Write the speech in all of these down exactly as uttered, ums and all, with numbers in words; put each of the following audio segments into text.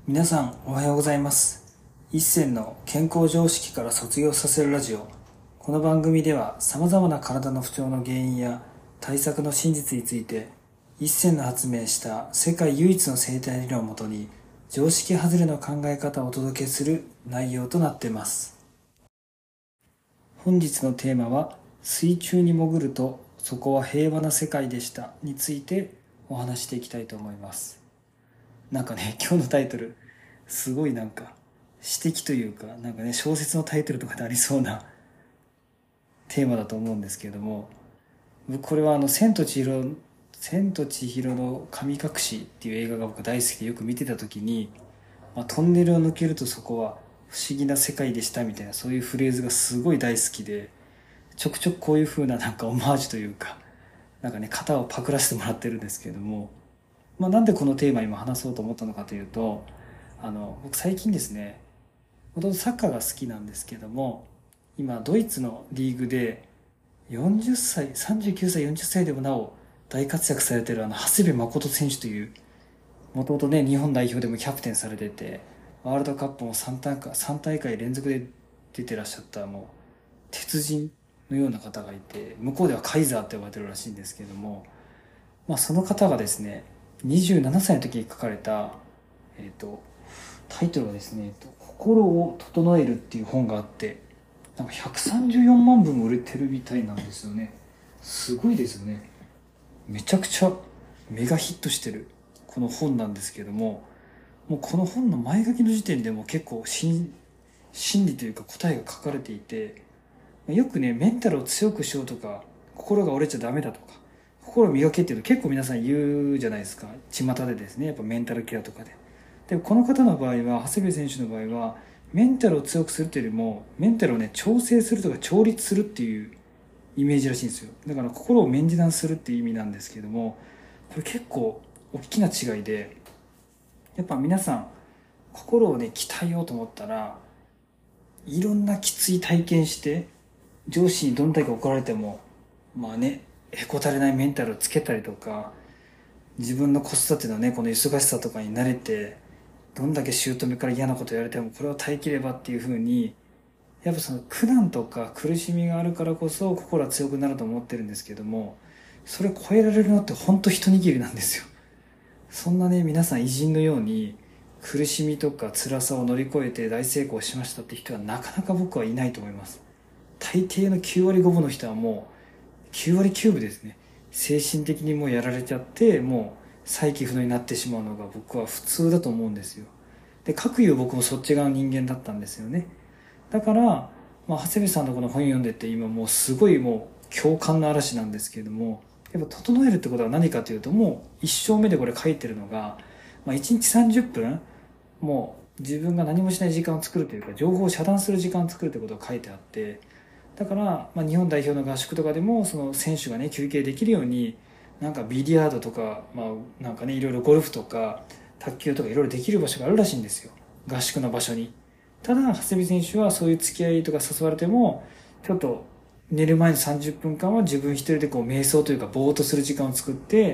皆さんおはようございます。一銭の健康常識から卒業させるラジオ。この番組では様々な体の不調の原因や対策の真実について、一銭の発明した世界唯一の生態理論をもとに常識外れの考え方をお届けする内容となっています。本日のテーマは、水中に潜るとそこは平和な世界でしたについてお話していきたいと思います。なんかね、今日のタイトルすごいなんか詩的というか、なんかね、小説のタイトルとかでありそうなテーマだと思うんですけれども、僕これはあの千と千尋千と千尋の神隠しっていう映画が僕大好きでよく見てた時に、まあ、トンネルを抜けるとそこは不思議な世界でしたみたいな、そういうフレーズがすごい大好きで、ちょくちょくこういう風ななんかオマージュというか、なんかね、型をパクらせてもらってるんですけれども、まあ、なんでこのテーマ今話そうと思ったのかというと、あの僕最近ですね、もともとサッカーが好きなんですけども、今ドイツのリーグでよんじゅっさいさんじゅうきゅうさいよんじゅっさいでもなお大活躍されているあの長谷部誠選手という、もともとね日本代表でもキャプテンされてて、ワールドカップもさん大会さん大会連続で出てらっしゃった、もう鉄人のような方がいて、向こうではカイザーって呼ばれてるらしいんですけども、まあ、その方がですね、にじゅうななさいの時に書かれた、えっと、タイトルがですね、えっと心を整えるっていう本があって、なんかひゃくさんじゅうよんまんぶも売れてるみたいなんですよね。すごいですよね。めちゃくちゃメガヒットしてるこの本なんですけども、もうこの本の前書きの時点でも結構心心理というか答えが書かれていて、よくね、メンタルを強くしようとか、心が折れちゃダメだとか、心を磨けっていうと結構皆さん言うじゃないですか。巷でですね、やっぱメンタルケアとかで。でもこの方の場合は、長谷部選手の場合は、メンタルを強くするっていうよりも、メンタルをね、調整するとか調律するっていうイメージらしいんですよ。だから心を面示談するっていう意味なんですけども、これ結構大きな違いで、やっぱ皆さん、心をね、鍛えようと思ったら、いろんなきつい体験して、上司にどんだけ怒られても、まあね、へこたれないメンタルをつけたりとか、自分の子育てのね、この忙しさとかに慣れて、どんだけ姑から嫌なこと言われてもこれを耐えきればっていう風に、やっぱその苦難とか苦しみがあるからこそ心は強くなると思ってるんですけども、それを超えられるのって本当一握りなんですよ。そんなね、皆さん偉人のように苦しみとか辛さを乗り越えて大成功しましたって人はなかなか僕はいないと思います。大抵のきゅう割ごぶの人はもうきゅう割きゅうぶですね。精神的にもうやられちゃって、もう再起不能になってしまうのが僕は普通だと思うんですよ。で、かくいう僕もそっち側の人間だったんですよね。だから、まあ、長谷部さんのこの本読んでて今もうすごいもう共感の嵐なんですけれども、やっぱ整えるってことは何かというと、もう一生目でこれ書いてるのが、まあ、いちにちさんじゅっぷん、もう自分が何もしない時間を作るというか、情報を遮断する時間を作るってことが書いてあって、だから、まあ、日本代表の合宿とかでもその選手がね休憩できるように、なんかビリヤードとか、まあ、なんかねいろいろゴルフとか卓球とかいろいろできる場所があるらしいんですよ、合宿の場所に。ただ長谷部選手はそういう付き合いとか誘われても、ちょっと寝る前のさんじゅっぷんかんは自分一人でこう瞑想というかぼーっとする時間を作って、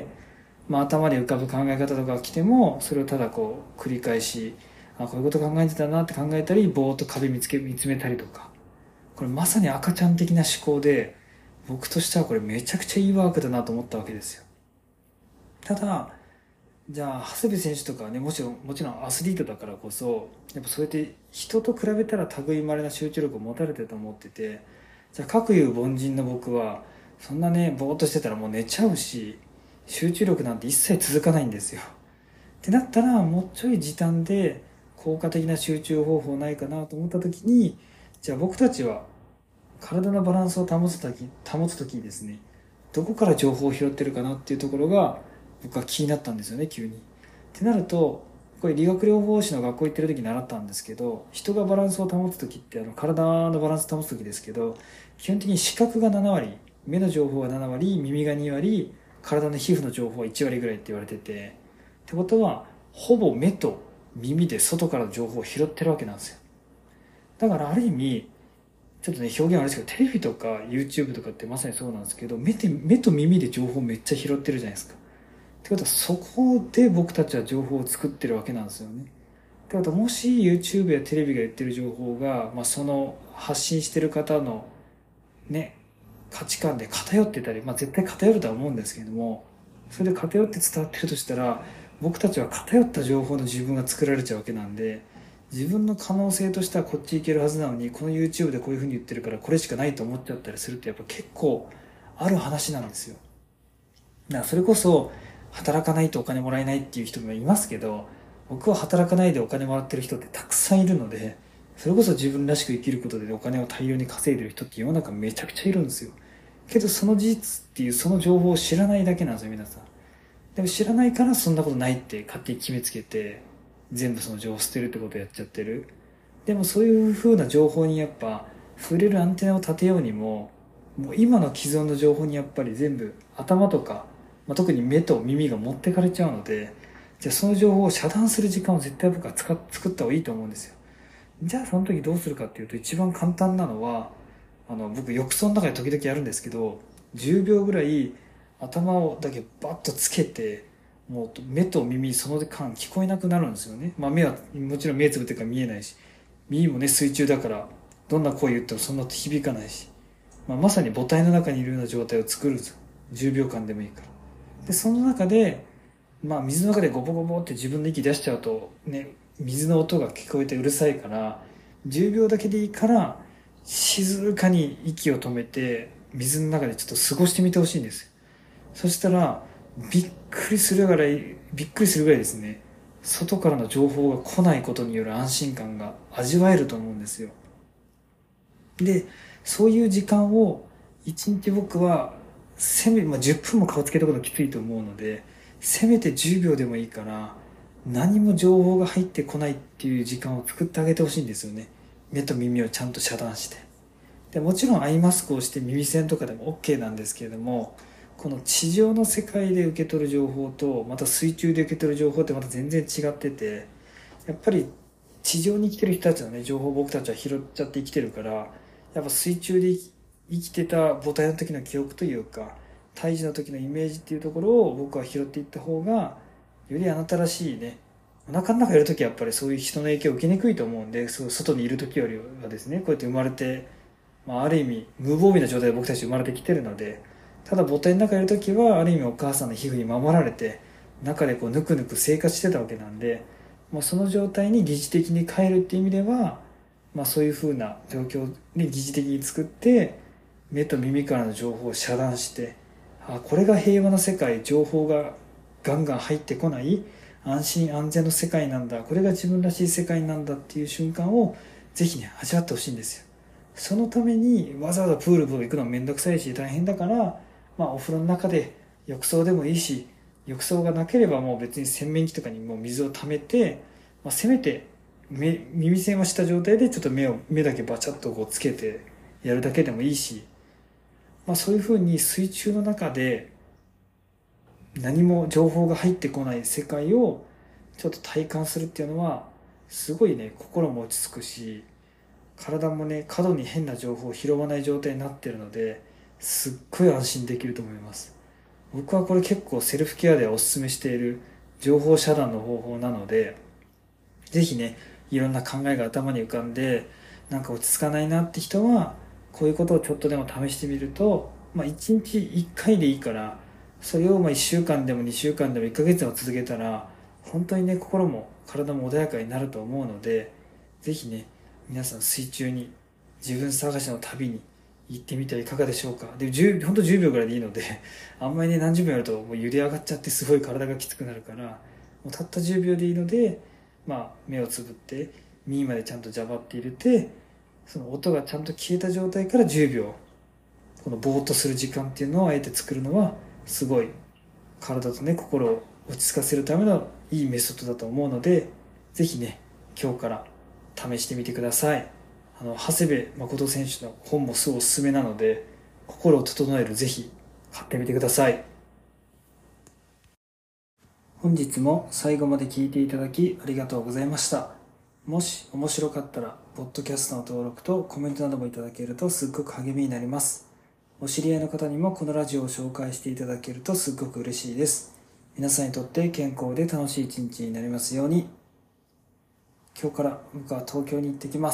まあ、頭で浮かぶ考え方とかが来てもそれをただこう繰り返し、あ、こういうこと考えてたなって考えたり、ぼーっと壁見つけ見つめたりとか、これまさに赤ちゃん的な思考で、僕としてはこれめちゃくちゃいいワークだなと思ったわけですよ。ただ、じゃあ長谷部選手とかね、もちろんもちろんアスリートだからこそ、やっぱそうやって人と比べたら類いまれな集中力を持たれてると思ってて、じゃあかくいう凡人の僕はそんなねぼーっとしてたらもう寝ちゃうし、集中力なんて一切続かないんですよ。ってなったら、もうちょい時短で効果的な集中方法ないかなと思った時に、じゃあ僕たちは体のバランスを保つとき、保つときにですね、どこから情報を拾ってるかなっていうところが僕は気になったんですよね、急に。ってなると、これ理学療法士の学校行ってる時に習ったんですけど、人がバランスを保つ時って、あの体のバランスを保つ時ですけど、基本的に視覚がなな割、目の情報がなな割、耳がに割、体の皮膚の情報はいち割ぐらいって言われてて、ってことはほぼ目と耳で外からの情報を拾ってるわけなんですよ。だからある意味、ちょっとね、表現あれですけど、テレビとか YouTube とかってまさにそうなんですけど、目で目と耳で情報めっちゃ拾ってるじゃないですか。ってことは、そこで僕たちは情報を作ってるわけなんですよね。っってことはもし YouTube やテレビが言ってる情報が、まあ、その発信してる方のね、価値観で偏ってたり、まあ絶対偏るとは思うんですけれども、それで偏って伝わってるとしたら、僕たちは偏った情報の自分が作られちゃうわけなんで、自分の可能性としてはこっち行けるはずなのに、この YouTube でこういう風に言ってるからこれしかないと思っちゃったりするってやっぱ結構ある話なんですよ。だからそれこそ働かないとお金もらえないっていう人もいますけど、僕は働かないでお金もらってる人ってたくさんいるので、それこそ自分らしく生きることでお金を大量に稼いでる人って世の中めちゃくちゃいるんですよ。けどその事実っていうその情報を知らないだけなんですよ、皆さん。でも知らないからそんなことないって勝手に決めつけて、全部その情報を捨てるってことをやっちゃってる。でもそういう風な情報にやっぱ触れるアンテナを立てようにも、もう今の既存の情報にやっぱり全部頭とか、まあ、特に目と耳が持ってかれちゃうので、じゃあその情報を遮断する時間を絶対僕は使っ作った方がいいと思うんですよ。じゃあその時どうするかっていうと、一番簡単なのは、あの僕浴槽の中で時々やるんですけど、じゅうびょうぐらい頭をだけバッとつけて、もう目と耳その間聞こえなくなるんですよね。まあ目はもちろん目つぶってるから見えないし、耳もね水中だからどんな声言ってもそんな響かないし、まあ、まさに母体の中にいるような状態を作るんですよ。じゅうびょうかんでもいいから。でその中で、まあ水の中でゴボゴボって自分の息出しちゃうとね、水の音が聞こえてうるさいから、じゅうびょうだけでいいから静かに息を止めて水の中でちょっと過ごしてみてほしいんです。そしたらびっくりするぐらいびっくりするぐらいですね、外からの情報が来ないことによる安心感が味わえると思うんですよ。でそういう時間を一日僕はせめ、まあ、じゅっぷんも顔つけたこときついと思うので、せめてじゅうびょうでもいいから何も情報が入ってこないっていう時間を作ってあげてほしいんですよね。目と耳をちゃんと遮断して。でもちろんアイマスクをして耳栓とかでも OK なんですけれども、この地上の世界で受け取る情報とまた水中で受け取る情報ってまた全然違ってて、やっぱり地上に生きてる人たちのね情報を僕たちは拾っちゃって生きてるから、やっぱ水中で生きてた母体の時の記憶というか胎児の時のイメージっていうところを僕は拾っていった方がよりあなたらしいね、お腹の中いる時はやっぱりそういう人の影響を受けにくいと思うんで、そう外にいる時よりはですね、こうやって生まれて、まあ、ある意味無防備な状態で僕たち生まれてきてるので、ただ母体の中にいる時はある意味お母さんの皮膚に守られて中でこうぬくぬく生活してたわけなんで、もうその状態に疑似的に変えるっていう意味では、まあ、そういう風な状況を、ね、疑似的に作って目と耳からの情報を遮断して、あ、これが平和な世界、情報がガンガン入ってこない安心安全の世界なんだ、これが自分らしい世界なんだっていう瞬間をぜひね味わってほしいんですよ。そのためにわざわざプール行くのもめんどくさいし大変だから、まあ、お風呂の中で浴槽でもいいし、浴槽がなければもう別に洗面器とかにもう水を溜めて、まあ、せめて目耳栓をした状態でちょっと目を目だけバチャッとこうつけてやるだけでもいいし、まあ、そういうふうに水中の中で何も情報が入ってこない世界をちょっと体感するっていうのはすごいね心も落ち着くし、体もね過度に変な情報を拾わない状態になってるので、すっごい安心できると思います。僕はこれ結構セルフケアではおすすめしている情報遮断の方法なので、ぜひねいろんな考えが頭に浮かんでなんか落ち着かないなって人はこういうことをちょっとでも試してみると、まあ、いちにちいっかいでいいからそれをまあいっしゅうかんでもにしゅうかんでもいっかげつでも続けたら本当にね心も体も穏やかになると思うので、ぜひね皆さん水中に自分探しの旅に行ってみてはいかがでしょうか。で本当じゅうびょうぐらいでいいので、あんまりね何十秒やるともう茹で上がっちゃってすごい体がきつくなるから、もうたったじゅうびょうでいいので、まあ、目をつぶって耳までちゃんとジャバって入れて、その音がちゃんと消えた状態からじゅうびょうこのぼーっとする時間っていうのをあえて作るのはすごい体とね心を落ち着かせるためのいいメソッドだと思うので、ぜひね今日から試してみてください。あの長谷部誠選手の本もすごいおすすめなので、心を整えるぜひ買ってみてください。本日も最後まで聞いていただきありがとうございました。もし面白かったらポッドキャストの登録とコメントなどもいただけるとすっごく励みになります。お知り合いの方にもこのラジオを紹介していただけるとすっごく嬉しいです。皆さんにとって健康で楽しい一日になりますように。 今日から僕は東京に行ってきます。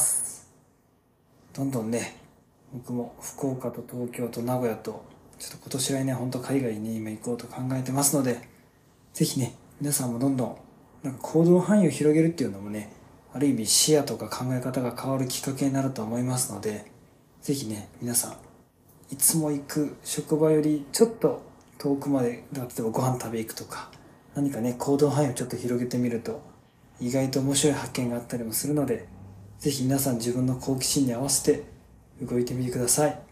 どんどんね、僕も福岡と東京と名古屋と、ちょっと今年来年本当海外に今行こうと考えてますので、ぜひね、皆さんもどんどんなんか行動範囲を広げるっていうのもね、ある意味視野とか考え方が変わるきっかけになると思いますので、ぜひね、皆さん、いつも行く職場よりちょっと遠くまで、例えばご飯食べ行くとか、何かね、行動範囲をちょっと広げてみると、意外と面白い発見があったりもするので、ぜひ皆さん自分の好奇心に合わせて動いてみてください。